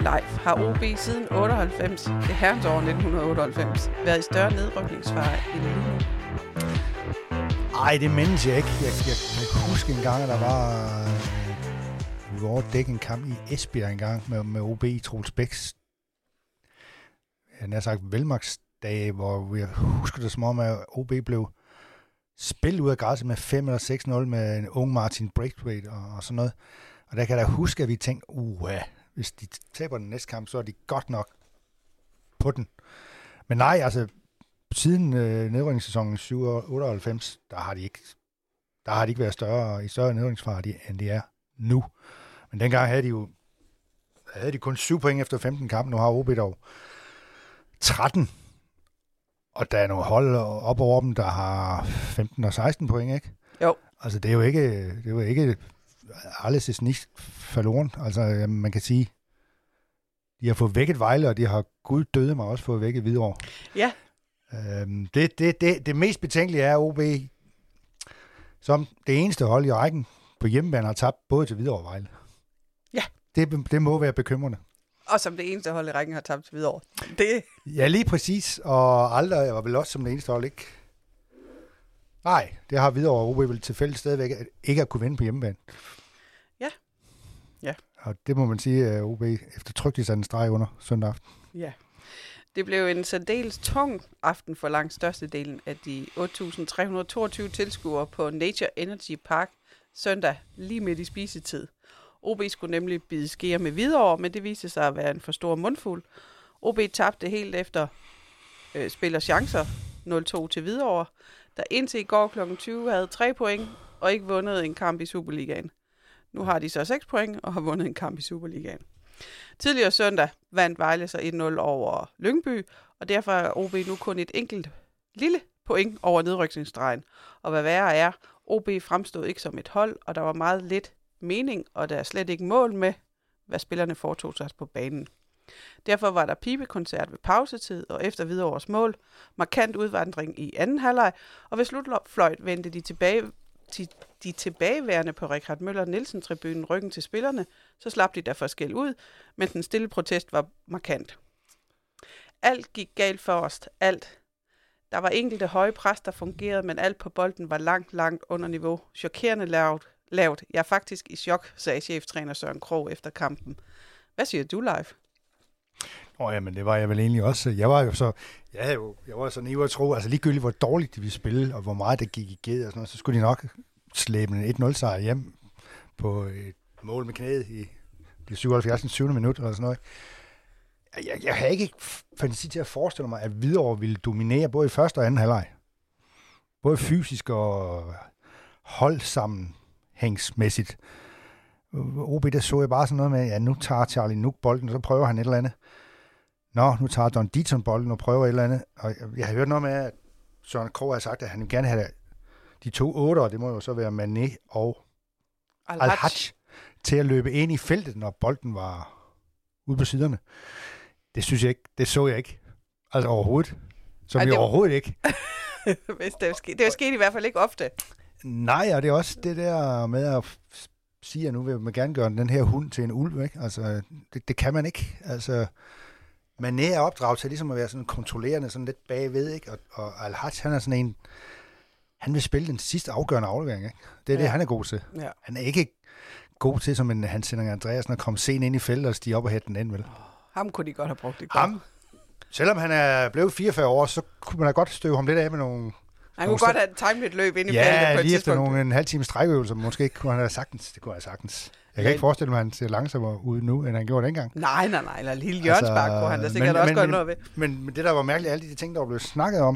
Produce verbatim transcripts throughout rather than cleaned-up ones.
Leif, har O B siden otteoghalvfems, det herrens år nitten otteoghalvfems, været i større nedrykningsfare end nu? Ej, det mindes jeg ikke. Jeg, jeg, jeg kan huske en gang, at der var... Øh, vi var over dække en kamp i Esbjerg en gang med, med O B i Troels Bæks. Jeg har sagt velmagsdage, hvor vi husker det som om, at O B blev spillet ud af græsset med fem eller seks nul med en ung Martin Braithwaite og, og sådan noget. Og der kan jeg da huske, at vi tænkte, uha, hvis de taber den næste kamp, så er de godt nok på den. Men nej, altså, siden øh, nedrykningssæsonen syv otteoghalvfems, der har de ikke, der har de ikke været større i større nedrykningsfare, end de er nu. Men dengang havde de jo havde de kun syv point efter femten kampe. Nu har O B dog tretten. Og der er nogle hold op over dem, der har femten og seksten point, ikke? Jo. Altså, det er jo ikke, det er jo ikke alles ist nicht verloren. Altså, man kan sige, de har fået vækket Vejle, og de har gud døde mig også fået vækket Hvidovre. Ja. Øhm, det, det, det, det mest betænkelige er, at O B som det eneste hold i rækken på hjemmebane har tabt både til Hvidovre og Vejle. Ja. Det, det må være bekymrende. Og som det eneste hold i rækken har tabt til Hvidovre. Det... Ja, lige præcis. Og aldrig var vel også som det eneste hold, ikke? Nej, det har Hvidovre og O B vel tilfældigt stadigvæk ikke at kunne vinde på hjemmebane. Ja. Ja. Og det må man sige, at O B eftertrykkeligt satte en streg under søndag aften. Ja. Det blev en særdeles tung aften for langt størstedelen af de otte tusind tre hundrede og toogtyve tilskuere på Nature Energy Park søndag lige midt i spisetid. O B skulle nemlig bide skeer med Hvidovre, men det viste sig at være en for stor mundfuld. O B tabte helt efter øh, spiller chancer nul to til Hvidovre, der indtil i går klokken tyve havde tre point og ikke vundet en kamp i Superligaen. Nu har de så seks point og har vundet en kamp i Superligaen. Tidligere søndag vandt Vejle så et nul over Lyngby, og derfor er O B nu kun et enkelt lille point over nedrykningsstregen. Og hvad værre er, O B fremstod ikke som et hold, og der var meget lidt mening, og der er slet ikke mål med, hvad spillerne foretog sig på banen. Derfor var der pibekoncert ved pausetid og efter Hvidovres mål, markant udvandring i anden halvleg, og ved slutfløjt vendte de tilbage de, de tilbageværende på Richard Møller Nielsen-tribunen ryggen til spillerne, så slap de derfor skæld ud, men den stille protest var markant. Alt gik galt for os, alt. Der var enkelte høje pres, der fungerede, men alt på bolden var langt, langt under niveau. Chokerende lavt. lavt. Jeg er faktisk i chok, sagde cheftræner Søren Krog efter kampen. Hvad siger du, Leif? Åh oh, ja, men det var jeg vel egentlig også. Jeg var jo så, jeg havde jo, jeg var sådan i at tro, altså ligegyldigt hvor dårligt de ville spille, og hvor meget det gik i ged og sådan noget, så skulle de nok slæbe en et nul sejr hjem på et mål med knæet i det syvoghalvfjerds syvende minut eller sådan noget. Jeg, jeg har ikke fantasi til at forestille mig, at Hvidovre ville dominere både i første og anden halvleg. Både fysisk og holdsammenhængsmæssigt. O B, der så jeg bare sådan noget med, ja, nu tager Charlie Nuk bolden, og så prøver han et eller andet. Nå, nu tager Don Dietzen bolden og prøver et eller andet. Og jeg, jeg har hørt noget med, at Søren Krog har sagt, at han vil gerne have de to otter, det må jo så være Mané og Al-Haj, til at løbe ind i feltet, når bolden var ude på siderne. Det synes jeg ikke, det så jeg ikke. Altså overhovedet. Som Ej, vi var... overhovedet ikke. det er sket. Det er sket i hvert fald ikke ofte. Nej, og det er også det der med at sige, at nu vil man gerne gøre den her hund til en ulv, ikke? Altså, det, det kan man ikke. Altså, man er opdraget til ligesom at være sådan kontrollerende, sådan lidt bagved, ikke? Og, og Al-Haj, han er sådan en, han vil spille den sidste afgørende aflevering, ikke? Det er ja. det, han er god til. Ja. Han er ikke god til, som en Hans Henrik Andreasen, at komme sent ind i feltet og stige op og hætte den ind, vel? Ham kunne de godt have brugt det godt. Ham, selvom han er blevet fireogfyrre år, så kunne man da godt støve ham lidt af med nogle... Han kunne godt have timet et løb ind i ja, feltet på et lige efter tidspunkt. nogle en halv time strækøvelser, måske kunne han have sagtens. Det kunne jeg sagtens. Jeg kan ikke forestille mig, at han ser langsommere ud nu, end han gjorde dengang. Nej, nej, nej. Eller lille hjørnspark, altså, hvor han da sikkert men, også men, godt men, noget ved. Men, men det, der var mærkeligt, alle de ting, der blev snakket om,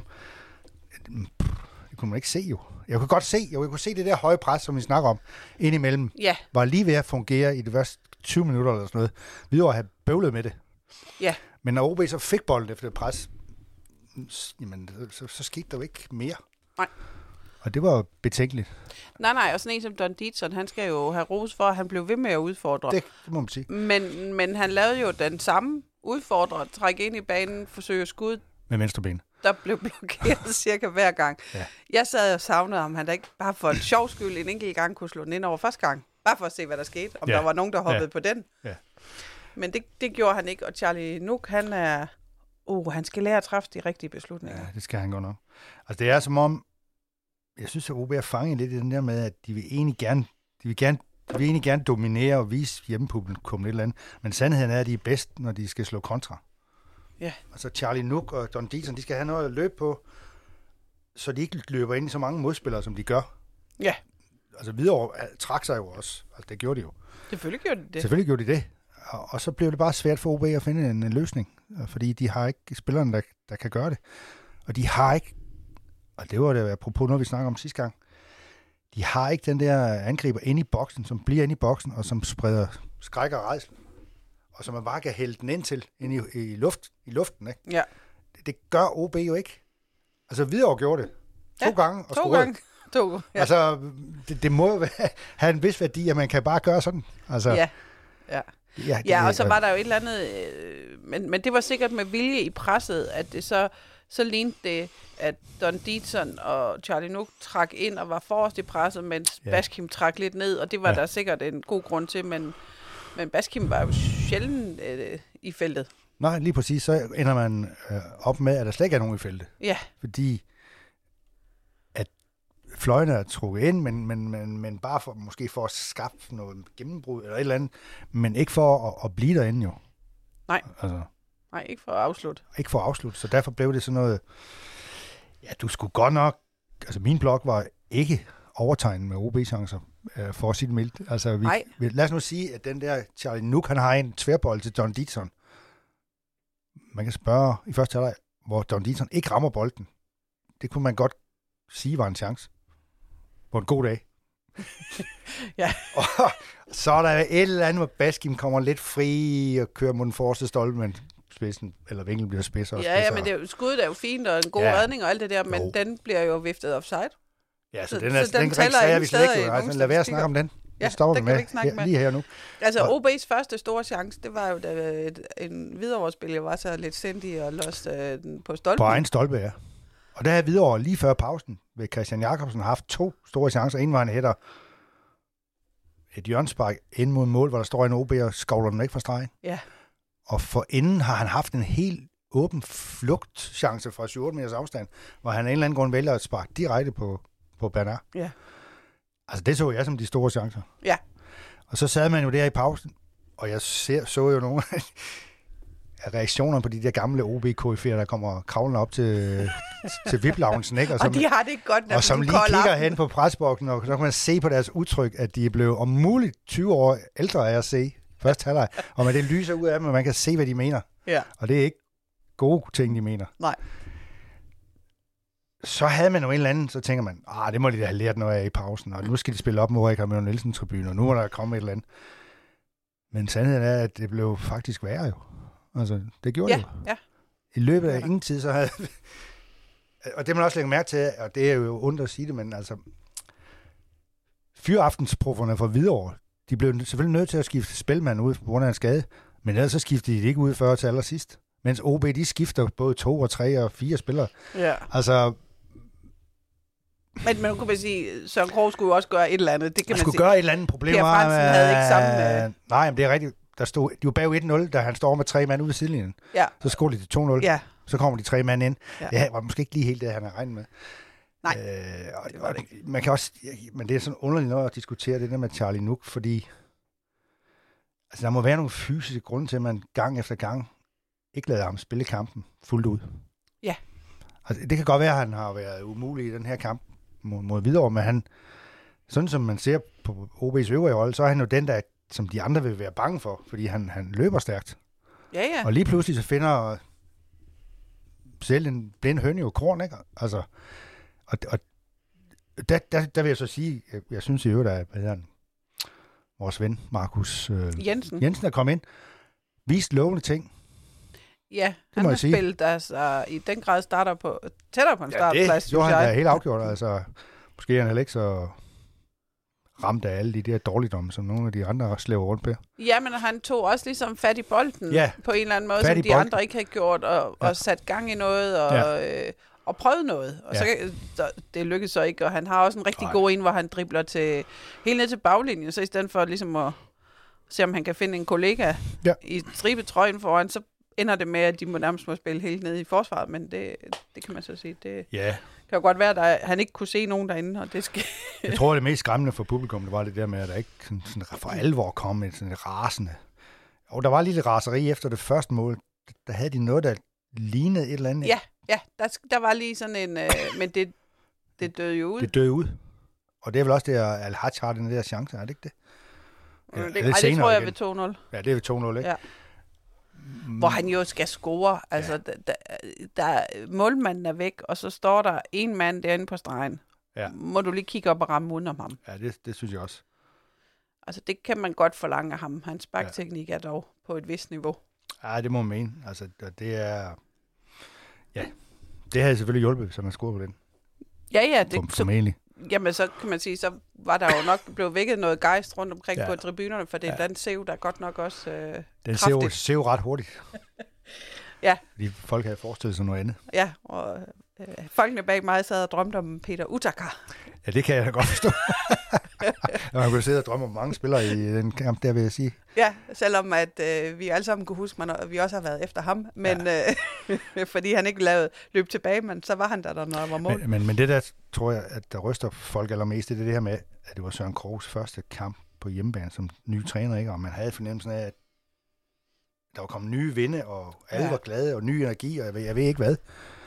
det kunne man ikke se jo. Jeg kunne godt se, jeg kunne se det der høje pres, som vi snakker om, indimellem, ja. var lige ved at fungere i det første tyve minutter eller sådan noget. Vi var at have bøvlet med det. Ja. Men når O B så fik bolden efter det pres, jamen, så, så skete der jo ikke mere. Nej. Og det var betænkeligt. Nej, nej, og sådan en som Don Dietzen, han skal jo have ros for, at han blev ved med at udfordre. Det, det må man sige. Men, men han lavede jo den samme udfordrer, trække ind i banen, forsøge skud. Med venstre ben. Der blev blokeret cirka hver gang. Ja. Jeg sad og savnede, om han da ikke bare for en sjov skyld en enkelt gang kunne slå den ind over første gang. Bare for at se, hvad der skete. Om ja. der var nogen, der hoppede ja. på den. Ja. men det, det gjorde han ikke. Og Charlie Nook, han er... Uh, han skal lære at træffe de rigtige beslutninger. Ja, det skal han godt nok. Altså, det er som om... Jeg synes, at O B er fanget lidt i den der med, at de vil egentlig gerne... De vil gerne de vil egentlig gerne dominere og vise hjemmepublikum et eller andet. Men sandheden er, at de er bedst, når de skal slå kontra. Ja. Altså Charlie Nook og Don Deaton, de skal have noget at løbe på, så de ikke løber ind i så mange modspillere, som de gør. Ja. Altså Hvidovre trak sig jo også. Altså det gjorde de jo. Selvfølgelig gjorde de det. Selvfølgelig gjorde de det. Og, og så blev det bare svært for O B at finde en, en løsning, fordi de har ikke spillerne, der, der kan gøre det. Og de har ikke, og det var det apropos noget, vi snakkede om sidste gang, de har ikke den der angriber inde i boksen, som bliver inde i boksen, og som spreder skræk og rædsel. Og som man bare kan hælde den ind til, ind i, i, luft, i luften. Ikke? Ja. Det, det gør O B jo ikke. Altså Hvidovre gjorde det. To ja, gange og to scorede. Gange. To, ja. Altså, det, det må jo være, have en vis værdi, at man kan bare gøre sådan. Altså, ja, ja. Ja, det, ja, og så var der jo et eller andet, øh, men, men det var sikkert med vilje i presset, at det så, så lignede det, at Don Deaton og Charlie Nook trak ind og var forrest i presset, mens ja. Baskim trak lidt ned, og det var ja. der sikkert en god grund til, men, men Baskim var jo sjældent øh, i feltet. Nej, lige præcis, så ender man øh, op med, at der slet ikke er nogen i feltet. Ja. Fordi at fløjene er trukket ind, men, men, men, men bare for, måske for at skaffe noget gennembrud eller et eller andet, men ikke for at, at blive derinde jo. Nej. Altså, Nej, ikke for at afslutte. Ikke for at afslutte, så derfor blev det sådan noget, ja, du skulle godt nok, altså min blog var ikke overtegnet med O B-chancer, øh, for at sige det mildt. Altså, vi, vi, lad os nu sige, at den der Charlie Nook, han har en tværbold til Don Deaton. Man kan spørge i første halvleg, hvor Don Deaton ikke rammer bolden. Det kunne man godt sige var en chance. På en god dag. Ja. Og så er der et eller andet, hvor Baskim kommer lidt fri og kører mod den forreste stolpe, men spidsen, eller vinklen bliver spidser og ja, spidser. Ja, men det er jo, skuddet er jo fint, og en god ja. redning og alt det der, men jo. Den bliver jo viftet offside. Ja, så, så den, er, så den, den registrerer vi slet ikke. Altså, lad være at snakke om den. Ja, stopper det med, kan vi ikke snakke her, med. Lige her nu. Altså, O B's første store chance, det var jo, da en Hvidovre-spiller var så lidt sindig og lost øh, på stolpen. På egen stolpe, ja. Og der er Hvidovre lige før pausen ved Christian Jakobsen haft to store chancer. En var en hætter et hjørnespark ind mod mål, hvor der står en O B og skovler den væk fra stregen. Ja. Og for inden har han haft en helt åben flugtchance fra syv otte meters afstand, hvor han af en eller anden grund vælger at sparke direkte på, på Bernard. Ja. Altså, det så jeg som de store chancer. Ja. Og så sad man jo der i pausen, og jeg ser, så jo nogle af reaktionerne på de der gamle O B-K F'er, der kommer kravlende op til, til V I P-loungen, ikke? Og, som, og de har det ikke godt, og som lige kigger aften. hen på presboksen, og så kan man se på deres udtryk, at de er blevet om muligt tyve år ældre af at se første halvleg. Og med det lyser ud af dem, og man kan se, hvad de mener. Ja. Og det er ikke gode ting, de mener. Nej. Så havde man jo en eller anden, så tænker man, ah, det må de da have lært noget af i pausen, og nu skal de spille op mod Rikard Møller Nielsen-tribunen, og nu er der kommet et eller andet. Men sandheden er, at det blev faktisk værre jo. Altså, det gjorde ja, det jo. Ja. I løbet af ingen tid, så havde... og det man også lægge mærke til, og det er jo ondt at sige det, men altså... Fyraftensprofferne fra Hvidovre, de blev selvfølgelig nødt til at skifte spilmand ud på grund af en skade, men ellers så skiftede de ikke ud før til allersidst. Mens O B, de skifter både to og tre og fire spillere. Ja. Altså... Men man kunne bare sige, Søren Krog skulle jo også gøre et eller andet. Det kan man, man skulle sige. gøre et eller andet problem. Per Fransen havde ikke samme... Øh... Nej, men det er rigtigt. Der stod, de var bag et nul, da han står med tre mand ude ved sidelinjen. Ja. Så scorer de til to nul. Ja. Så kommer de tre mand ind. Ja. Det var måske ikke lige helt det, han havde regnet med. Nej, øh, og, det var det ikke. Man kan også, men det er sådan underligt noget at diskutere det der med Charlie Nook, fordi altså, der må være nogle fysiske grunde til, at man gang efter gang ikke lader ham spille kampen fuldt ud. Ja. Altså, det kan godt være, at han har været umulig i den her kamp mod, mod Hvidovre, men han, sådan som man ser på O B's øvrige rolle, så er han jo den, der, som de andre vil være bange for, fordi han, han løber stærkt. Ja, ja. Og lige pludselig så finder selv en blind høne jo korn, ikke? Altså, og, og der, der, der vil jeg så sige, jeg, jeg synes i øvrigt, at hvad hedder han, vores ven, Markus øh, Jensen. Jensen er kommet ind, vist lovende ting. Ja, han har spillet, altså i den grad starter på, tættere på en startplads. Ja, det gjorde han da helt afgjort, altså måske er han heller ikke så ramt af alle de der dårligdomme, som nogle af de andre slæver rundt på. Ja, men han tog også ligesom fat i bolden ja, på en eller anden måde, som de bold. andre ikke havde gjort, og, ja. og sat gang i noget, og, ja. øh, og prøvet noget. Og ja. så, så det lykkedes så ikke, og han har også en rigtig Ej. god en, hvor han dribler til helt ned til baglinjen, så i stedet for ligesom at, se om han kan finde en kollega ja. i stribetrøjen foran, så ender det med, at de må nærmest må spille helt nede i forsvaret, men det, det kan man så sige. Det ja. kan jo godt være, at han ikke kunne se nogen derinde, og det skal... Jeg tror, det mest skræmmende for publikum, det var det der med, at der ikke sådan, sådan for alvor kom et sådan et rasende. Og der var lidt raseri efter det første mål. Der havde de noget, der lignede et eller andet. Ja, ja der, der var lige sådan en... Øh, men det, det døde jo ud. Det døde ud. Og det er vel også det, at Al-Hajj har den der chance, er det ikke det? Ja, det, det, ej, det tror jeg igen. Ved to nul. Ja, det er ved to nul, ikke? Ja. Hvor han jo skal score. Altså, ja. der, der, målmanden er væk, og så står der en mand derinde på stregen. Ja. Må du lige kigge op og ramme uden om ham. Ja, det, det synes jeg også. Altså, det kan man godt forlange af ham. Hans bakteknik ja. er dog på et vist niveau. Ja, det må man mene. Altså, det er... Ja, det havde selvfølgelig hjulpet, så man scorede på den. Ja, ja. Det, For, formentlig. Jamen, så kan man sige, så var der jo nok blevet vækket noget gejst rundt omkring ja. på tribunerne, for det er ja. den sev, der godt nok også øh, den ser jo, ser jo ret hurtigt. ja. Fordi folk havde forestillet sig noget andet. Ja, og øh, folkene bag mig sad og drømte om Peter Utakar. Ja, det kan jeg da godt forstå. Man kunne sidde og drømme om mange spillere i den kamp, der vil jeg sige. Ja, selvom at øh, vi alle sammen kunne huske, at vi også har været efter ham, men ja. øh, fordi han ikke lavede løb tilbage, men så var han der, der når der var mål. Men, men, men det der, tror jeg, at der ryster folk allermest, det er det her med, at det var Søren Krogs første kamp på hjemmebane som ny træner, ikke? Og man havde fornemmelsen af, at der var kommet nye vinde, og alle ja. var glade, og ny energi, og jeg ved, jeg ved ikke hvad.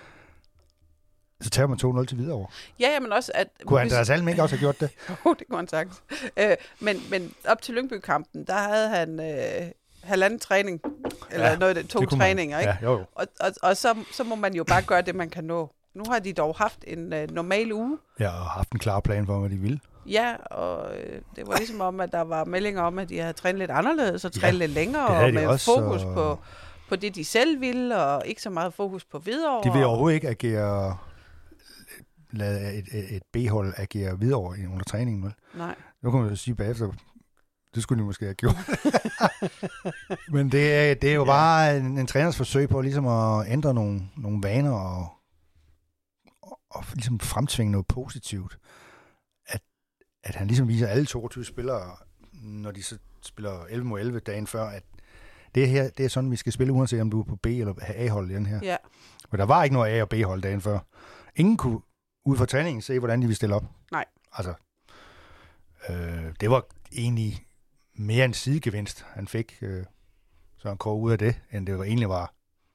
Så tager man to nul til Hvidovre. Ja, ja, men også at... Kunne Andreas Alm ikke også have gjort det? Jo, det kunne han sagtens. Øh, men, men op til Lyngby-kampen, der havde han øh, halvanden træning, eller ja, noget af det, to det træninger, man, ikke? Ja, jo, jo. Og, og, og så, så må man jo bare gøre det, man kan nå. Nu har de dog haft en øh, normal uge. Ja, og haft en klar plan for, hvad de ville. Ja, og øh, det var ligesom om, at der var meldinger om, at de havde trænet lidt anderledes, og trænet ja, lidt længere, og med også, fokus og... på, på det, de selv ville, og ikke så meget fokus på Hvidovre. De vil overhovedet ikke agere... lade et, et, et B-hold agere videre under træningen, vel? Nej. Nu kan man jo sige bagefter, det skulle de måske have gjort. Men det er, det er jo ja. bare en, en træners forsøg på ligesom at ændre nogle, nogle vaner og, og, og ligesom fremtvinge noget positivt. At, at han ligesom viser alle toogtyve spillere, når de så spiller elleve mod elleve dagen før, at det her, det er sådan, vi skal spille, uanset om du er på B- eller A-hold i den her. Ja. Men der var ikke noget A- og B-hold dagen før. Ingen kunne ud fra træningen se, hvordan de ville stille op. Nej. Altså, øh, det var egentlig mere en sidegevinst, han fik øh, Søren Krog ud af det, end det var egentlig var.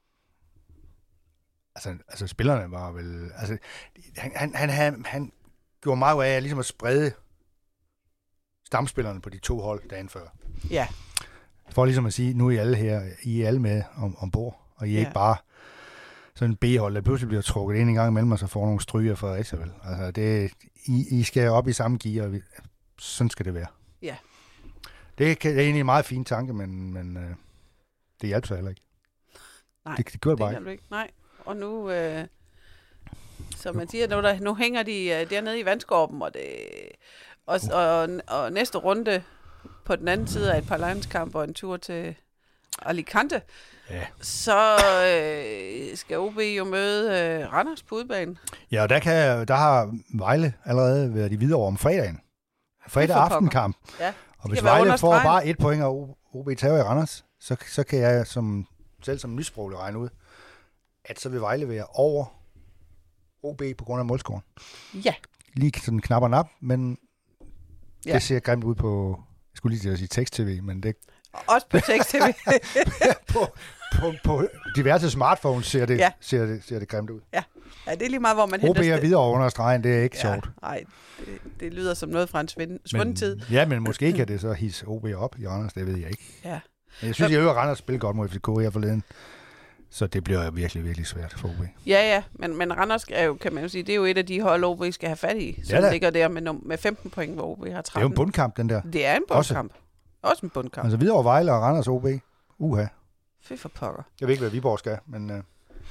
Altså, altså spillerne var vel... Altså, han, han, han, han, han gjorde meget af ligesom at sprede stamspillerne på de to hold dagen før. Ja. For ligesom at sige, nu er I alle her, I er alle med om, ombord, og I er ja. ikke bare sådan en B-hold, der pludselig bliver trukket ind en gang imellem, og så får nogle stryger fra Fredericia, vel. Altså, det, I, I skal op i samme gear, og vi, sådan skal det være. Ja. Det, det er egentlig en meget fin tanke, men, men øh, det hjælper sig heller ikke. Nej, det, det gør det bare ikke. ikke. Nej, og nu, øh, som man siger, nu, der, nu hænger de øh, dernede i vandskorben, og, det, og, uh. og, og, og næste runde på den anden side af et par landskamp og en tur til Alicante, ja. så øh, skal O B jo møde øh, Randers på udbanen. Ja, og der, kan, der har Vejle allerede været i Hvidovre om fredagen. Fredag aftenkamp. Ja, og hvis Vejle får bare et point, og O B tager i Randers, så, så kan jeg som, selv som nysproglig regne ud, at så vil Vejle være over O B på grund af målscoren. Ja. Lige sådan knap og nap, men ja. det ser grimt ud på, jeg skulle lige til at sige tekst-tv, men det... Også på tekst-tv. på, på, på diverse smartphones ser det, ja. ser, det, ser det grimt ud. Ja. Ja, det er lige meget, hvor man henter... O B er videre under stregen, det er ikke ja, sjovt. Nej, det, det lyder som noget fra en svunden tid. Ja, men måske kan det så hisse O B op i Randers, det ved jeg ikke. Ja. Men jeg synes, jeg øver Randers spille godt mod F C K her forleden. Så det bliver virkelig, virkelig svært for O B. Ja, ja, men, men Randers er jo, kan man jo sige, det er jo et af de hold, O B skal have fat i, som ja, ligger der med, med femten point, hvor O B har tretten. Det er jo en bundkamp, den der. Det er en bundkamp. Også, Også en bundkamp. Altså videre Vejle og Randers O B. Uha. Fy for pokker. Jeg ved ikke, hvad Viborg skal, men... Uh,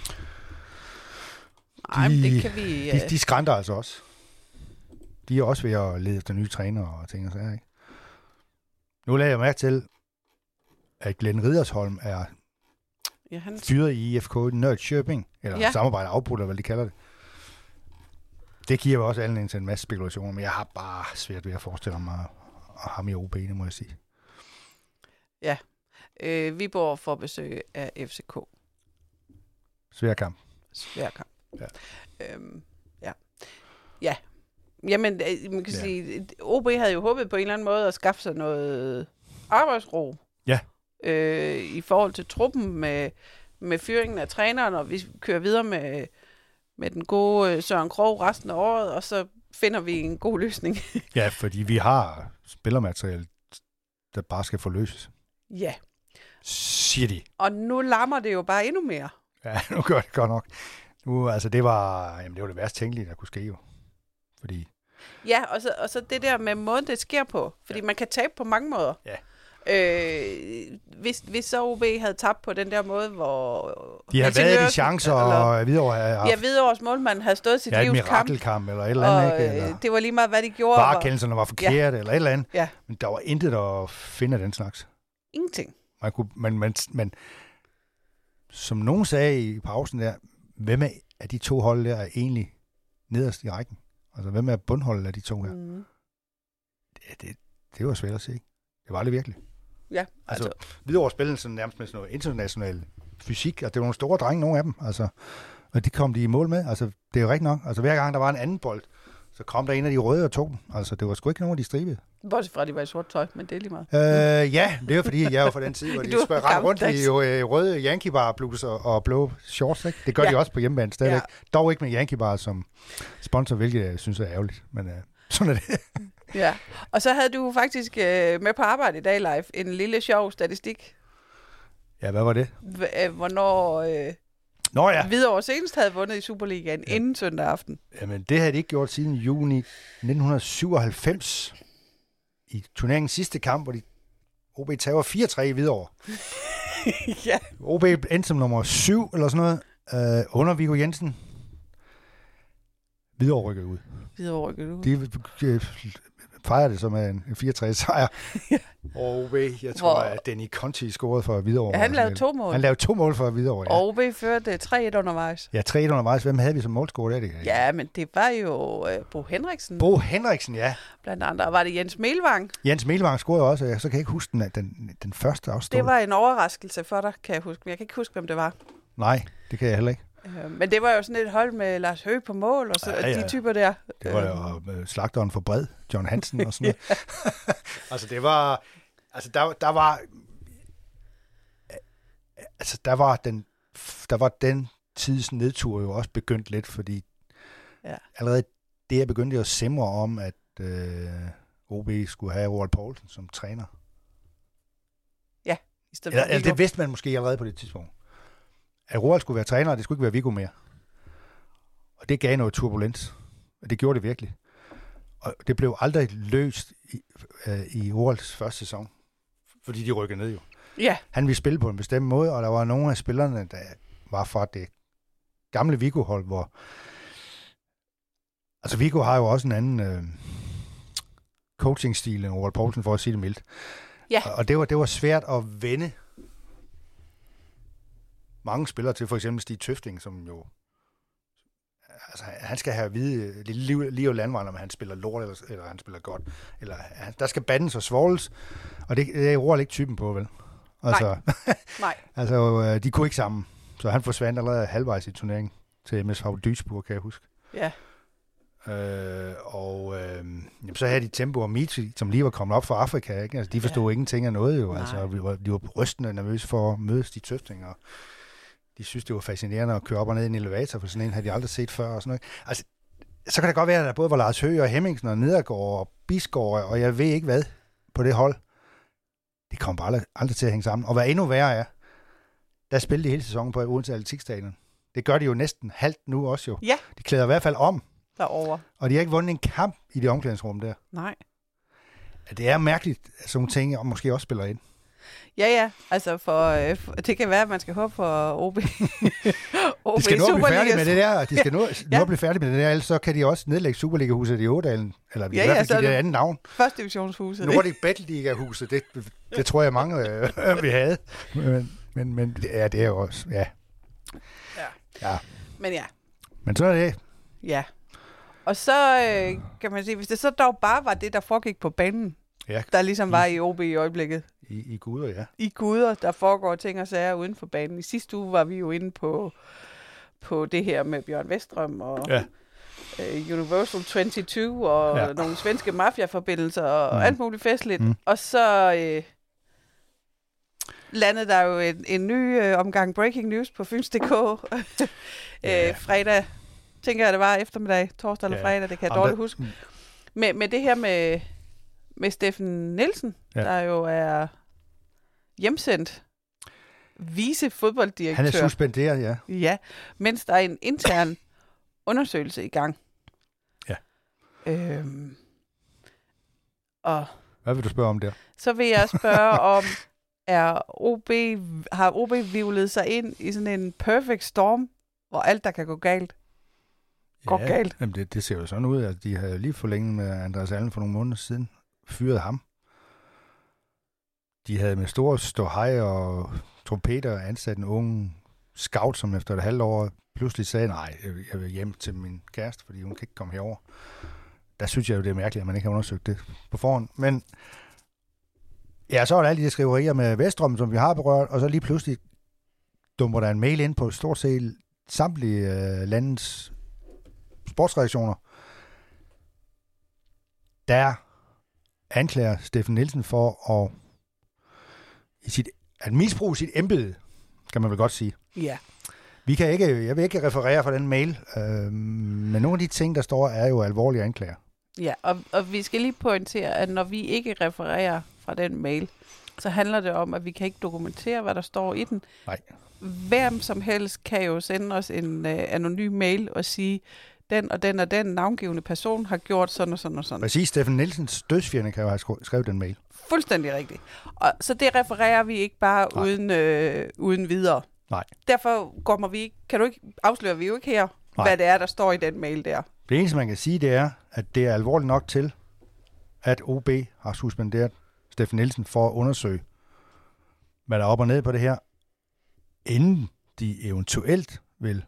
Nej, de, men det kan vi... Uh... De, de skrænter altså også. De er også ved at lede efter nye trænere og ting og sager, ikke? Nu lader jeg mærke til, at Glenn Riddersholm er ja, han... fyret i I F K Nørrköping, eller ja. samarbejde afbrudt, eller hvad de kalder det. Det giver jo også anledning til en masse spekulationer, men jeg har bare svært ved at forestille mig ham i O B, det må jeg sige. Ja. Øh, Viborg får besøg af F C K. Svær kamp. Svær kamp. Ja. Øhm, ja. Ja. Jamen, man kan ja. sige, O B havde jo håbet på en eller anden måde at skaffe sig noget arbejdsro. Ja. Øh, i forhold til truppen med, med fyringen af træneren, og vi kører videre med, med den gode Søren Krog resten af året, og så finder vi en god løsning. Ja, fordi vi har spillermateriale, der bare skal forløses. Ja. Siger de. Og nu lammer det jo bare endnu mere. Ja, nu gør det godt nok. Nu, altså, det var, jamen, det var det værst tænkelige, der kunne ske jo. Fordi... Ja, og så, og så det der med måden, det sker på. Fordi ja. man kan tabe på mange måder. Ja. Øh, hvis, hvis så O B havde tabt på den der måde, hvor... De har været de chancer, og Hvidovre havde haft... Ja, Hvidovres målmand havde stået sit ja, livs kamp. Ja, et mirakelkamp, eller et eller andet, og, ikke? Eller det var lige meget, hvad de gjorde. Varekendelserne var forkerte, ja. eller et eller andet. Ja. Men der var intet at finde af den slags. Ingenting. Man kunne, men, men, men som nogen sagde i pausen der, hvem af de to hold der er egentlig nederst i rækken? Altså, hvem er bundholdet af de to her? Mm. Det, det, det var svært at se. Det var det virkelig. Ja, altså. altså Hvidovre spillede sådan nærmest med sådan noget international fysik, og det var nogle store drenge, nogle af dem, altså, og det kom de i mål med. Altså, det er jo rigtigt nok. Altså, hver gang der var en anden bold, så kom der en af de røde og tog den. Altså, det var sgu ikke nogen af de stribede. Bortset fra, at de var i sort tøj, men det er lige meget. Øh, ja, det var fordi, jeg var fra den tid, hvor de spørger rundt i øh, røde Yankee Bar bluser og blå shorts, ikke? Det gør ja. de også på hjemmebane stadigvæk. Ja. Dog ikke med Yankee Bar som sponsor, hvilket jeg synes er ærgerligt, men øh, sådan er det. Ja, og så havde du faktisk øh, med på arbejde i dag live en lille sjov statistik. Ja, hvad var det? H- hvornår øh, Nå, ja. Hvidovre senest havde vundet i Superligaen ja. inden søndag aften. Jamen, det havde de ikke gjort siden juni nitten syvoghalvfems. I turneringens sidste kamp, hvor de O B tager fire tre i Hvidovre. Ja. O B endte som nummer syv, eller sådan noget, øh, under Viggo Jensen. Hvidovre rykkede ud. Hvidovre rykkede ud. De øh, fejrer det som en fire tre sejr. Ja. Og O B, jeg tror, hvor... at Danny Conti scorede for Hvidovre. Ja, han lavede to mål. Han lavede to mål for Hvidovre, ja. Og O B førte tre et undervejs. Ja, tre et undervejs. Hvem havde vi som målscorer? Det, det ja, men det var jo uh, Bo Henriksen. Bo Henriksen, ja. Blandt andre var det Jens Melvang. Jens Melvang scorede også, og så kan jeg ikke huske den, den, den første afstående. Det var en overraskelse for dig, kan jeg huske. Men jeg kan ikke huske, hvem det var. Nej, det kan jeg heller ikke. Uh, men det var jo sådan et hold med Lars Høgh på mål, og så ja, ja. de typer der. Det var jo uh, slagteren for Bred, John Hansen og sådan noget. Altså, det var... Altså, der, der var... Altså, der var den... Der var den tids nedtur jo også begyndt lidt, fordi ja. allerede det er begyndt at simre om, at øh, O B skulle have Roald Poulsen som træner. Ja, i stedet eller, eller det vidste man måske allerede på det tidspunkt. At Roald skulle være træner, og det skulle ikke være Viggo mere. Og det gav noget turbulens. Og det gjorde det virkelig. Og det blev aldrig løst i, øh, i Roalds første sæson. Fordi de rykkede ned jo. Ja. Han ville spille på en bestemt måde, og der var nogle af spillerne, der var fra det gamle Viggo-hold, hvor... Altså, Viggo har jo også en anden øh, coaching-stil end Roald Poulsen, for at sige det mildt. Ja. Og det var, det var svært at vende mange spillere til, for eksempel Stig Tøfting, som jo... Altså, han skal have at vide lige, lige og landvejn, om han spiller lort, eller, eller han spiller godt. Eller, der skal bandes og svåles, og det, det er Roald ikke typen på, vel? Altså, Nej. Nej. altså, de kunne ikke sammen. Så han forsvandt allerede halvvejs i turneringen til M S V Duisburg, kan jeg huske. Ja. Øh, og øh, jamen, så havde de Tempo og Mitri, som lige var kommet op fra Afrika, ikke? Altså, de forstod ja. ingenting af noget, jo. Altså, vi var, de var rystende nervøse for at mødes de Tøfting, og de synes, det var fascinerende at køre op og ned i en elevator, for sådan en havde de aldrig set før, og sådan noget. Altså, så kan det godt være, at der både var Lars Høgh og Hemmingsen og Nedergaard og Bisgaard, og jeg ved ikke hvad, på det hold. Det kom bare aldrig, aldrig til at hænge sammen. Og hvad endnu værre er, der spillede de hele sæsonen på Odense Atletikstadion. Det gør de jo næsten halvt nu også jo. Ja. De klæder i hvert fald om. Derovre. Og de har ikke vundet en kamp i det omklædningsrum der. Nej. Det er mærkeligt, at sådan nogle ting og måske også spiller ind. Ja, ja. Altså, for, øh, for, det kan være, at man skal håbe for O B. O B de skal nu blive færdige med det der. De skal nu, ja. nu blive færdige med det der, ellers så kan de også nedlægge Superliga-huset i Ådalen. Eller ja, i hvert fald ja, give det andet navn. Første divisionshuset. Nordic Battle-liga-huset, det, det tror jeg mange øh, vi havde. Men, men, men ja, det er jo også, ja. Ja. ja. Men ja. Men så er det. Ja. Og så øh, kan man sige, hvis det så dog bare var det, der foregik på banen, ja. der ligesom var i O B i øjeblikket. I, i guder, ja. I guder, der foregår ting og sager uden for banen. I sidste uge var vi jo inde på, på det her med Bjørn Westrøm og Ja. uh, Universal toogtyve og Ja. nogle svenske mafiaforbindelser og Mm. alt muligt festligt. Mm. Og så øh, landede der jo en, en ny øh, omgang breaking news på Fyns punktum d k. øh, Ja. fredag, tænker jeg det var eftermiddag, torsdag eller Ja. fredag, det kan jeg Jamen, dårligt der- huske. Med, med det her med, med Steffen Nielsen, Ja. der jo er hjemsendt vice fodbolddirektør. Han er suspenderet, ja. Ja, mens der er en intern undersøgelse i gang. Ja. Øhm, og Hvad vil du spørge om der? så vil jeg spørge om, er O B, har O B vivlet sig ind i sådan en perfect storm, hvor alt der kan gå galt? Går ja, galt. Jamen det, det ser jo sådan ud, at de havde lige forlænget med Andreas Allen for nogle måneder siden. Fyret ham. De havde med store ståhej og trompeter ansat en ung scout, som efter et halvt år pludselig sagde, nej, jeg vil hjem til min kæreste, fordi hun kan ikke komme herover. Der synes jeg jo, det er mærkeligt, at man ikke har undersøgt det på forhånd. Men ja, så er der alle de skriverier med Vestrøm, som vi har berørt, og så lige pludselig dumper der en mail ind på stort set samtlige øh, landets sportsredaktioner, der anklager Steffen Nielsen for at, i sit, at misbruge sit embede, kan man vel godt sige. Ja. Vi kan ikke, jeg vil ikke referere fra den mail, øh, men nogle af de ting, der står, er jo alvorlige anklager. Ja, og, og vi skal lige pointere, at når vi ikke refererer fra den mail, så handler det om, at vi kan ikke dokumentere, hvad der står i den. Nej. Hvem som helst kan jo sende os en øh, anonym mail og sige, den og den og den navngivende person har gjort sådan og sådan og sådan. Præcis, Steffen Nielsens dødsfjende kan jo have skrevet, skrevet den mail. Fuldstændig rigtigt. Og, så det refererer vi ikke bare Nej. uden, øh, uden videre. Nej. Derfor kommer vi ikke, kan du ikke, afsløre vi jo ikke her, Nej. hvad det er, der står i den mail der. Det eneste, man kan sige, det er, at det er alvorligt nok til, at O B har suspenderet Steffen Nielsen for at undersøge, hvad der er op og ned på det her, inden de eventuelt vil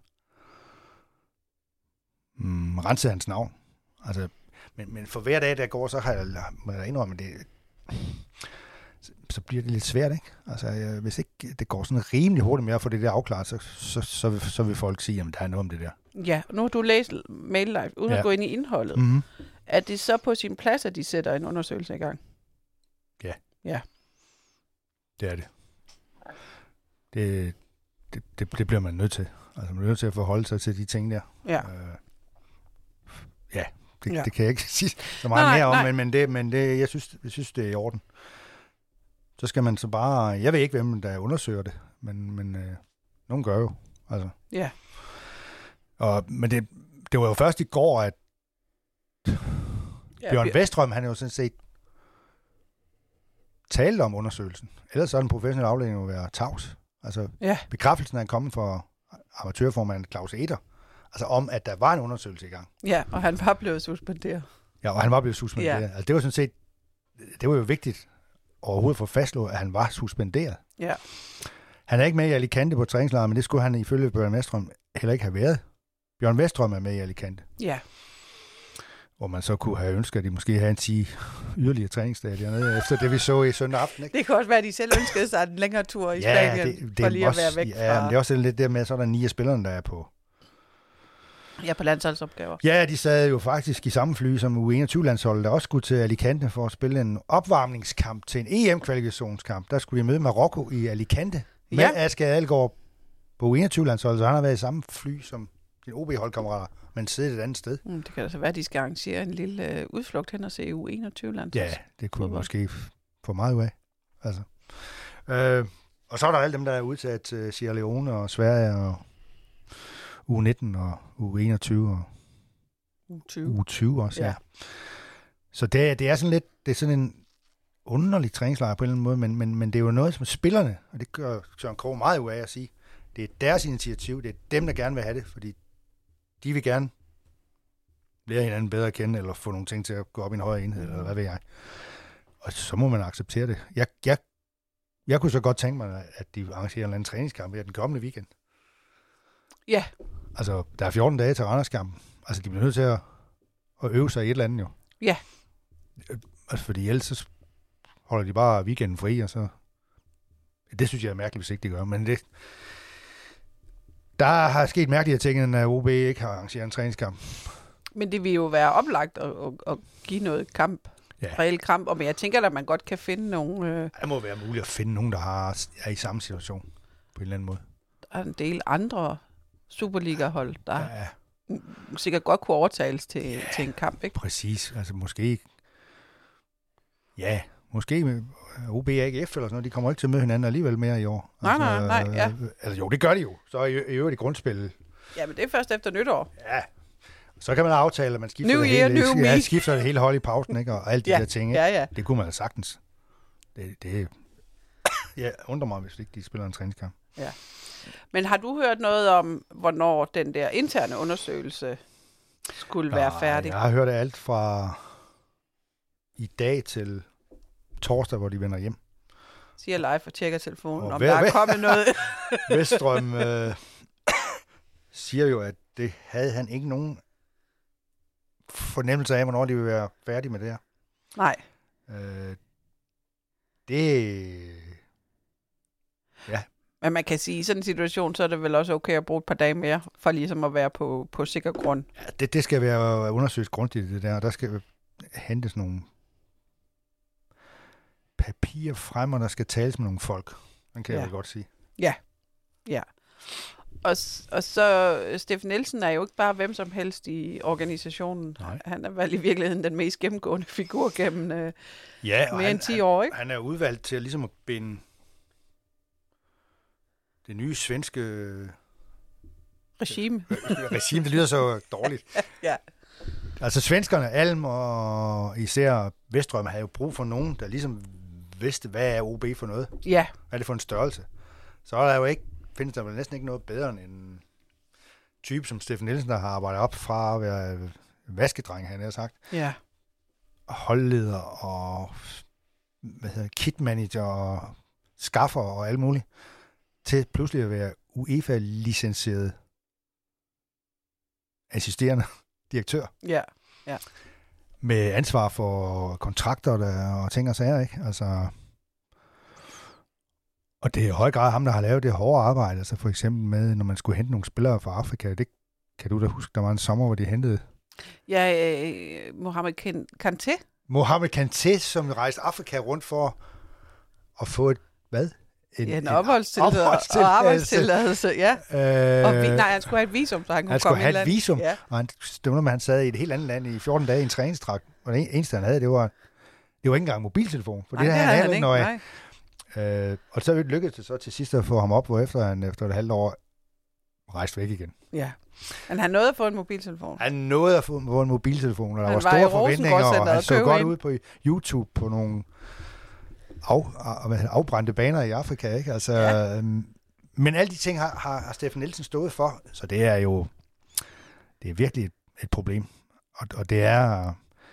mm, rense hans navn. Altså, men, men for hver dag, der går, så har jeg, må jeg indrømme, det, så, så bliver det lidt svært, ikke? Altså, jeg, hvis ikke det går sådan rimelig hurtigt med at få det der afklaret, så, så, så, vil, så vil folk sige, at der er noget om det der. Ja, nu har du læst mail live, uden ja. Ja. at gå ind i indholdet. Mm-hmm. Er det så på sin plads, at de sætter en undersøgelse i gang? Det er det. Det, det, det, det bliver man nødt til. Altså, man er nødt til at forholde sig til de ting der. Ja. Øh, ja, det, Ja. det kan jeg ikke sige så meget Nej, mere om, nej. men, men, det, men det, jeg, synes, jeg synes, det er i orden. Så skal man så bare... Jeg ved ikke, hvem der undersøger det, men, men øh, nogen gør jo. Altså. Ja. Og, men det, det var jo først i går, at Ja, Bjørn Bjør- Westrøm, han er jo sådan set talte om undersøgelsen. Ellers så er den professionelle afdeling jo være tavs. Altså, Ja. bekræftelsen er kommet fra amatørformand Claus Eder, altså om, at der var en undersøgelse i gang. Ja, og han var blevet suspenderet. Ja, og han var blevet suspenderet. Ja. Altså, det var sådan set, det var jo vigtigt overhovedet for fastslå, at han var suspenderet. Ja. Han er ikke med i Alicante på træningslejr, men det skulle han ifølge Bjørn Westrøm heller ikke have været. Bjørn Westrøm er med i Alicante, Ja. hvor man så kunne have ønsket, at de måske havde en ti yderligere træningsdage dernede, efter det vi så i søndag aften. Ikke? Det kan også være, at de selv ønskede sig en længere tur i Ja, Spanien, det, det for lige er også, at være væk ja, fra... men det er også lidt der med, at så er der ni af spillerne, der er på. Ja, på landsholdsopgaver. Ja, de sad jo faktisk i samme fly som U enogtyve-landsholdet, der også skulle til Alicante for at spille en opvarmningskamp til en E M-kvalifikationskamp. Der skulle de møde Marokko i Alicante med Ja. Asger Adelgaard på U enogtyve-landsholdet, så han har været i samme fly som sine O B-holdkammerater, men siddet et andet sted. Mm, det kan da så være, at de skal arrangere en lille øh, udflugt hen og se U enogtyve-landsholds. Ja, det kunne Fodbold. måske få meget ud af. Altså. Øh, og så er der alle dem, der er udtaget til Sierra Leone og Sverige og U nitten og U enogtyve og U tyve. U tyve også, ja. Ja. ja. Så det, er- det er sådan lidt, det er sådan en underlig træningslejr på en eller anden måde, men, men, men det er jo noget, som spillerne, og det gør Søren Krog meget ud af at sige, det er deres initiativ, det er dem, der gerne vil have det, fordi de vil gerne lære hinanden bedre at kende, eller få nogle ting til at gå op i en højere enhed, eller hvad ved jeg. Og så må man acceptere det. Jeg, jeg, jeg kunne så godt tænke mig, at de arrangerer en eller anden træningskamp her den kommende weekend. Ja. Altså, der er fjorten dage til Randerskampen. Altså, de bliver nødt til at, at øve sig i et eller andet jo. Ja. Altså, fordi ellers så holder de bare weekenden fri, og så... Det synes jeg er mærkeligt, hvis ikke de gør, men det... Der har sket mærkelige ting, end at O B ikke har arrangeret en træningskamp. Men det vil jo være oplagt at, at, at give noget kamp, ja. Reelt kamp, og men jeg tænker, at man godt kan finde nogle... Øh... Det må være muligt at finde nogen, der har, er i samme situation, på en eller anden måde. Der er en del andre Superliga-hold, der ja. sikkert godt kunne overtales til, ja, til en kamp, ikke? Præcis, altså måske... Ja, måske... O B A G F eller sådan noget, de kommer ikke til at møde hinanden alligevel mere i år. Nej, altså, nej, nej, ja. Altså jo, det gør de jo. Så er i øvrigt i grundspillet. Ja, men det er først efter nytår. Ja, så kan man aftale, at man skifter, new det, year, hele, new ja, skifter det hele hold i pausen, ikke? Og alle de ja, der ting. Ikke? Ja, ja. Det kunne man da sagtens. Det, det jeg undrer mig, hvis ikke de spiller en træningskamp. Ja. Men har du hørt noget om, hvornår den der interne undersøgelse skulle Nej, være færdig? Jeg har hørt alt fra i dag til torsdag, hvor de vender hjem. Siger live og tjekker telefonen, og om hvad, der er hvad? kommet noget. Veststrøm øh, siger jo, at det havde han ikke nogen fornemmelse af, hvornår de vil være færdige med det her. Nej. Øh, det... Ja. Men man kan sige, i sådan en situation, så er det vel også okay at bruge et par dage mere, for ligesom at være på, på sikker grund. Ja, det, det skal være undersøgt grundigt, det der. Der skal hentes nogle papir frem, og der skal tales med nogle folk. Den kan ja. jeg vel godt sige. Ja, ja. Og, og så, Steffen Nielsen er jo ikke bare hvem som helst i organisationen. Nej. Han er vel i virkeligheden den mest gennemgående figur gennem øh, ja, mere han, end ti år, ikke? Han er udvalgt til at, ligesom at binde det nye svenske regime. regime, det lyder så dårligt. Ja. Altså svenskerne, Alm og især Veststrøm, har jo brug for nogen, der ligesom vidste, hvad er O B for noget? Ja. Hvad er det for en størrelse? Så er der jo ikke, findes der vel næsten ikke noget bedre end en type som Steffen Nielsen, der har arbejdet op fra at være vaskedreng, han har sagt. Ja. Holdleder og hvad hedder, kitmanager og skaffer og alt muligt, til pludselig at være UEFA-licenseret assisterende direktør. Ja, ja. Med ansvar for kontrakter der, og ting og sager, ikke? Altså, og det er i høj grad ham, der har lavet det hårde arbejde. Altså for eksempel med, når man skulle hente nogle spillere fra Afrika. Det kan du da huske, der var en sommer, hvor de hentede... Ja, øh, Mohamed Kanté. Mohamed Kanté, som rejste Afrika rundt for at få et... Hvad? En, ja, en, en opholdstilladelse og arbejdstilladelse, ja. Øh, og vi, nej, han skulle have et visum, så han kunne han komme skulle have et visum, ja. Og han, stemmer med, han sad i et helt andet land i fjorten dage i en træningstrakt, og det eneste, han havde, det var, det var ikke engang mobiltelefon, for nej, det havde han, han ikke, nøje. Øh, og så lykkedes det så til sidst at få ham op, hvor efter han efter et halvt år rejste væk igen. Ja, men han nåede at få en mobiltelefon. Han nåede at få en mobiltelefon, og der han var store var forventninger, og han så godt ind. ud på YouTube på nogle af, af, afbrændte baner i Afrika, ikke? Altså, ja. øhm, men alle de ting har, har, har Steffen Nielsen stået for, så det er jo det er virkelig et, et problem. Og, og det er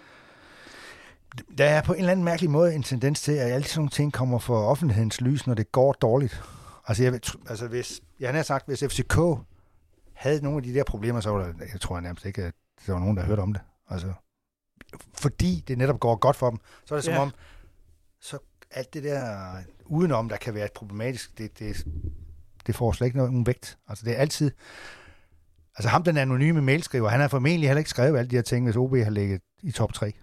der er på en eller anden mærkelig måde en tendens til, at alle sådan nogle ting kommer for offentlighedens lys, når det går dårligt. Altså, jeg, altså hvis, jeg har sagt, hvis F C K havde nogle af de der problemer, så var der, jeg tror jeg nærmest ikke, at der var nogen, der hørte om det. Altså, fordi det netop går godt for dem, så er det som ja. om, så alt det der udenom, der kan være problematisk, det, det, det får slet ikke nogen vægt. Altså det er altid... Altså ham, den anonyme mailskriver, han har formentlig heller ikke skrevet alle de her ting, hvis O B har ligget i top tre.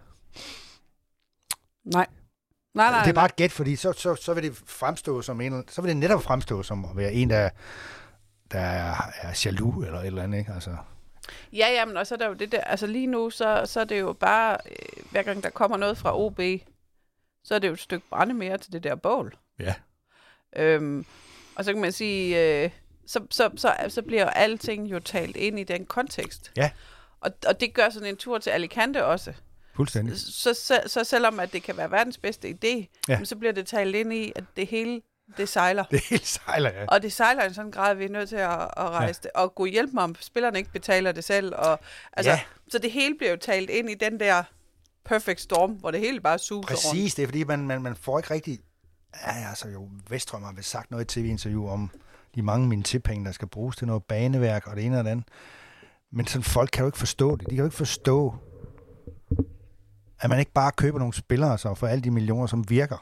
Nej. Nej, nej, det er bare nej. et gæt, fordi så, så, så vil det fremstå som en... Så vil det netop fremstå som at være en, der, der er, er jaloux eller et eller andet, ikke? Altså... Ja, jamen, og så er der jo det der... Altså lige nu, så, så er det jo bare... Øh, hver gang der kommer noget fra O B... så er det jo et stykke brænde mere til det der bål. Ja. Øhm, og så kan man sige, øh, så, så, så, så bliver alting jo talt ind i den kontekst. Ja. Og, og det gør sådan en tur til Alicante også. Fuldstændig. Så, så, så selvom at det kan være verdens bedste idé, ja. så bliver det talt ind i, at det hele, det sejler. Det hele sejler, ja. Og det sejler i en sådan grad, at vi er nødt til at, at rejse ja. det. Og gå hjælpe mig, om spillerne ikke betaler det selv. Og, altså, ja. Så det hele bliver jo talt ind i den der... perfect storm, hvor det hele bare suser rundt. Præcis, det er fordi, man, man, man får ikke rigtig... Ja, altså jo, Veststrøm har vel sagt noget i tv-interview om de mange mine tippenge, der skal bruges til noget baneværk og det ene og det andet. Men sådan folk kan jo ikke forstå det. De kan jo ikke forstå, at man ikke bare køber nogle spillere så for alle de millioner, som virker.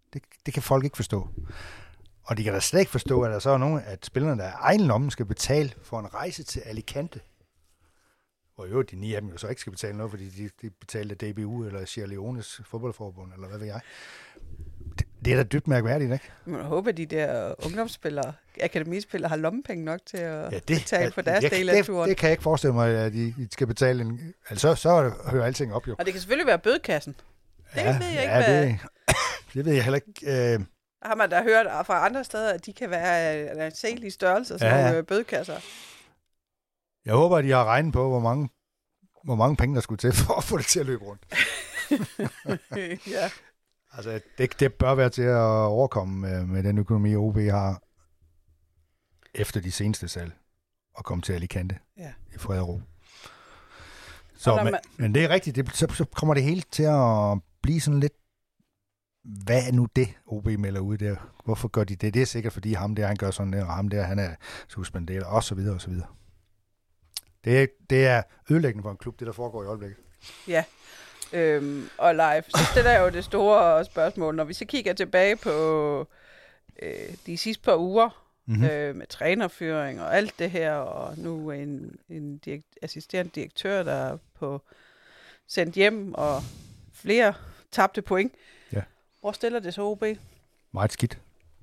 Det, det kan folk ikke forstå. Og de kan da slet ikke forstå, at der så er nogen, at spillerne, der er egen lomme, skal betale for en rejse til Alicante. Hvor jo de ni af dem jo så ikke skal betale noget, fordi de, de betalte D B U eller Sierra Leones fodboldforbund, eller hvad ved jeg. Det, det er da dybt mærkværdigt, ikke? Man håber, at de der ungdomsspillere, akademispillere, har lommepenge nok til at ja, det, betale for deres jeg, del af turen. Det, det kan jeg ikke forestille mig, at de, de skal betale en... Altså, så, så hører alting op, jo. Og det kan selvfølgelig være bødekassen. Det ja, ved jeg ikke, ja, hvad... det, det ved jeg heller ikke. Øh, har man da hørt fra andre steder, at de kan være af særlige størrelser, som ja, ja. bødekasser. Jeg håber, at de har regnet på, hvor mange, hvor mange penge, der skulle til for at få det til at løbe rundt. ja. Altså, det, det bør være til at overkomme med, med den økonomi, O B har efter de seneste salg og komme til Alicante ja. i fred og ro. Så, men, man... men det er rigtigt. Det, så, så kommer det hele til at blive sådan lidt, hvad er nu det, O B melder ud der? Hvorfor gør de det? Det er sikkert, fordi ham der, han gør sådan der, og ham der, han er suspenderet, og så videre, og så videre. Det er, det er ødelæggende for en klub, det der foregår i øjeblikket. Ja, øhm, og live. Så det der er jo det store spørgsmål. Når vi så kigger tilbage på øh, de sidste par uger, mm-hmm. øh, med trænerføring og alt det her, og nu en, en direkt, assisterende direktør, der er på sendt hjem, og flere tabte point. Ja. Hvor stiller det så O B? Meget skidt.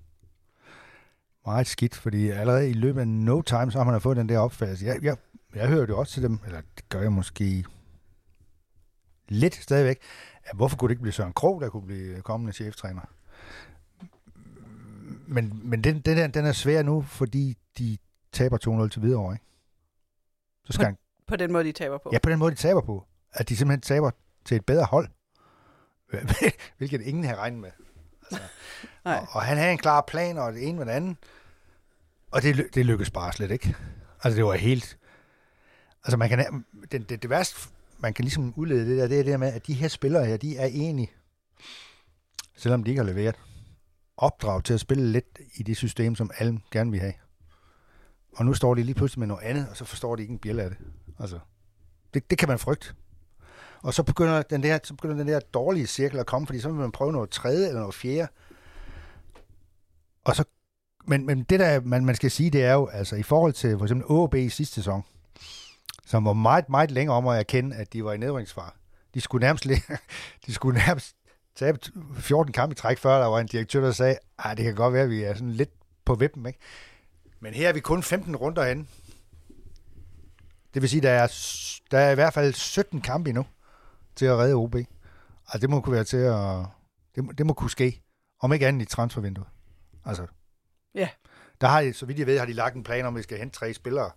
Meget skidt, fordi allerede i løbet af no time, så har man fået den der opfattelse. Jeg, jeg, jeg hører det også til dem, eller det gør jeg måske lidt stadigvæk. Hvorfor kunne det ikke blive Søren Krogh, der kunne blive kommende cheftræner? Men, men den, den, der, den er svær nu, fordi de taber to nul til Hvidovre, ikke? Så skal på, han, på den måde, de taber på? Ja, på den måde, de taber på. At de simpelthen taber til et bedre hold. Hvilket ingen har regnet med. Altså, og, og han havde en klar plan, og det ene med det andet. Og det, det lykkedes bare slet ikke. Altså, det var helt... Altså, man kan... Det, det, det værste, man kan ligesom udlede det der, det er det med, at de her spillere her, de er enige, selvom de ikke har leveret, opdrag til at spille lidt i det system, som alle gerne vil have. Og nu står de lige pludselig med noget andet, og så forstår de ikke en bjæl af det. Altså, det, det kan man frygte. Og så begynder, den der, så begynder den der dårlige cirkel at komme, fordi så vil man prøve noget tredje eller noget fjerde. Og så, men, men det der, man, man skal sige, det er jo, altså i forhold til for eksempel O B i sidste sæson, som var meget, meget længere om at erkende, at de var i nedrykningsfare. De skulle nærmest, de skulle nærmest tabe fjorten kampe i træk, før der var en direktør, der sagde, at det kan godt være, at vi er sådan lidt på vippen, ikke? Men her er vi kun femten runder inde. Det vil sige, der er, der er i hvert fald sytten kampe endnu til at redde O B. Altså, det må kunne være til at... Det må, det må kunne ske. Om ikke andet i transfervinduet. Altså... Ja. Der har, så vidt jeg ved, har de lagt en plan om, at vi skal hente tre spillere.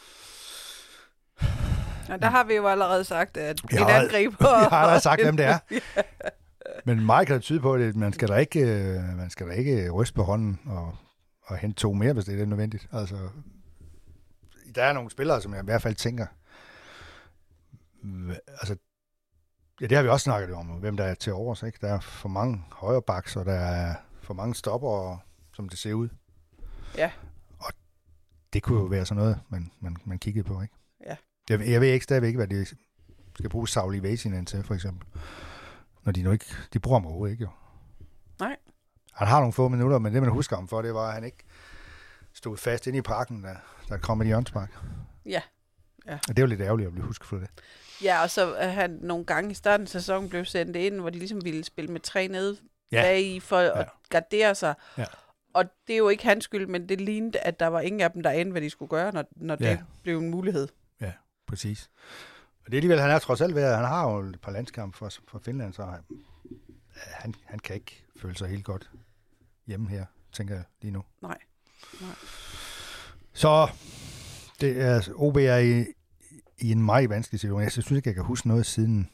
Ja, der har vi jo allerede sagt, at et angriber... Jeg har allerede sagt, hvem det er. ja. Men meget kan det tyde på, at man skal da ikke, man skal da ikke ryste på hånden og, og hente to mere, hvis det er nødvendigt. Altså, der er nogle spillere, som jeg i hvert fald tænker... Altså, ja, det har vi også snakket om, hvem der er til overs, ikke? Der er for mange højrebacks, og der er for mange stopper, som det ser ud. Ja. Og det kunne jo være sådan noget, man, man, man kiggede på, ikke? Ja. Jeg, jeg ved ikke stadigvæk, hvad de skal bruge Sauli Væsinen til, for eksempel. Når de nu ikke... De bruger ham overhovedet ikke, jo. Nej. Han har nogle få minutter, men det, man husker ham for, det var, at han ikke stod fast inde i parken, der, der kom med de hjørnespark. Ja. Ja. Og det er jo lidt ærgerligt at blive husket for det. Ja, og så er han nogle gange i starten af sæsonen blev sendt ind, hvor de ligesom ville spille med tre nede ja. bag i for ja. at gardere sig. Ja. Og det er jo ikke hans skyld, men det lignede, at der var ingen af dem, der anede, hvad de skulle gøre, når, når det ja. blev en mulighed. Ja, præcis. Og det er alligevel, han er trods alt været, han har jo et par landskampe for, for Finland, så han, han, han kan ikke føle sig helt godt hjemme her, tænker jeg lige nu. Nej. Nej. Så det er, O B er i, i en meget vanskelig situation. Jeg synes ikke, jeg kan huske noget siden.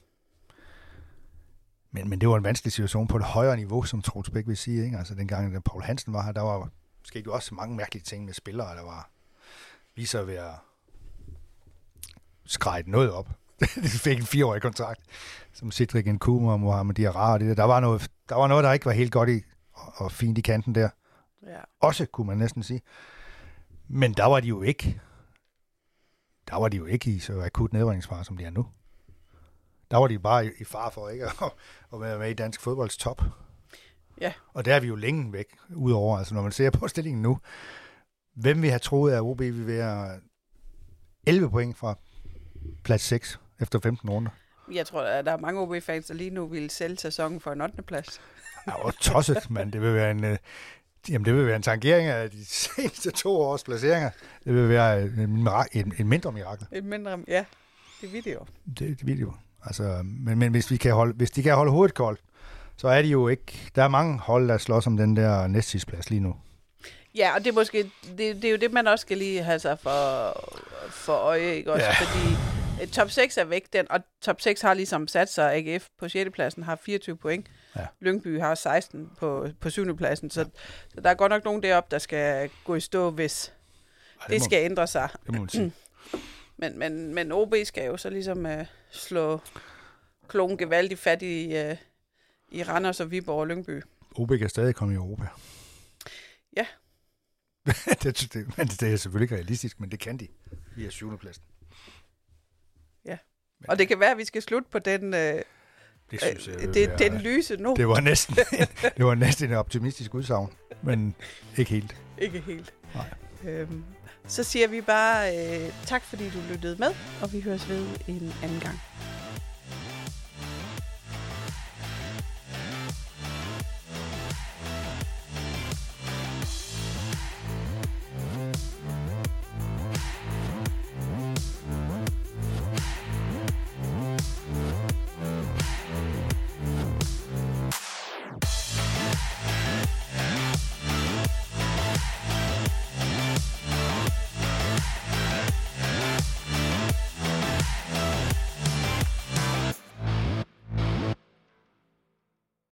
Men, men det var en vanskelig situation på et højere niveau, som Troels Bæk vil sige. Ikke? Altså dengang, da Paul Hansen var her, der var skete jo også mange mærkelige ting med spillere, der var viser at være skrejet noget op. De fik en fireårig kontrakt, som Cedric Nkouma og Mohamed Diarra. Det der. Der, var noget, der var noget, der ikke var helt godt i, og, og fint i kanten der. Ja. Også, kunne man næsten sige. Men der var de jo ikke der var de jo ikke i så akut nedrykningsfare, som de er nu. Der var de bare i, i fare for ikke at, at være med i dansk fodbolds top. Ja. Og der er vi jo længe væk, udover, altså når man ser på stillingen nu. Hvem vi har troet, at O B vil være elleve point fra plads seks efter femten runder? Jeg tror, at der er mange O B-fans, der lige nu vil sælge sæsonen for en ottende plads. Ja, og tosset, men det vil være en... Jamen, det vil være en tangering af de seneste to års placeringer. Det vil være en, en, en mindre mirakel. Et mindre, ja. Det vil det jo. Det, det vil det jo. Altså, men, men hvis, vi kan holde, hvis de kan holde hovedet koldt, så er de jo ikke... Der er mange hold, der slås om den der næstsidstplads lige nu. Ja, og det er måske... Det, det er jo det, man også skal lige have sig for, for øje, ikke også? Ja. Fordi top seks er væk, den, og top seks har ligesom sat sig. A G F på sjette pladsen har fireogtyve point. Ja. Lyngby har seksten på, på syvende pladsen. Så, så der er godt nok nogen deroppe, der skal gå i stå, hvis ja, det, det skal må, ændre sig. Det må man sige. men, men, men O B skal jo så ligesom uh, slå klogen gevaldigt fat i, uh, i Randers og Viborg og Lyngby. O B kan stadig komme i Europa. Ja. det, det, men det er selvfølgelig ikke realistisk, men det kan de. Vi er syvende pladsen. Ja. Men, og det kan være, at vi skal slutte på den... Uh, Det synes jeg, det, være, den lyse nu. Det var næsten en, det var næsten en optimistisk udsagn, men ikke helt. Ikke helt. Nej. Øhm, så siger vi bare øh, tak, fordi du lyttede med, og vi høres ved en anden gang.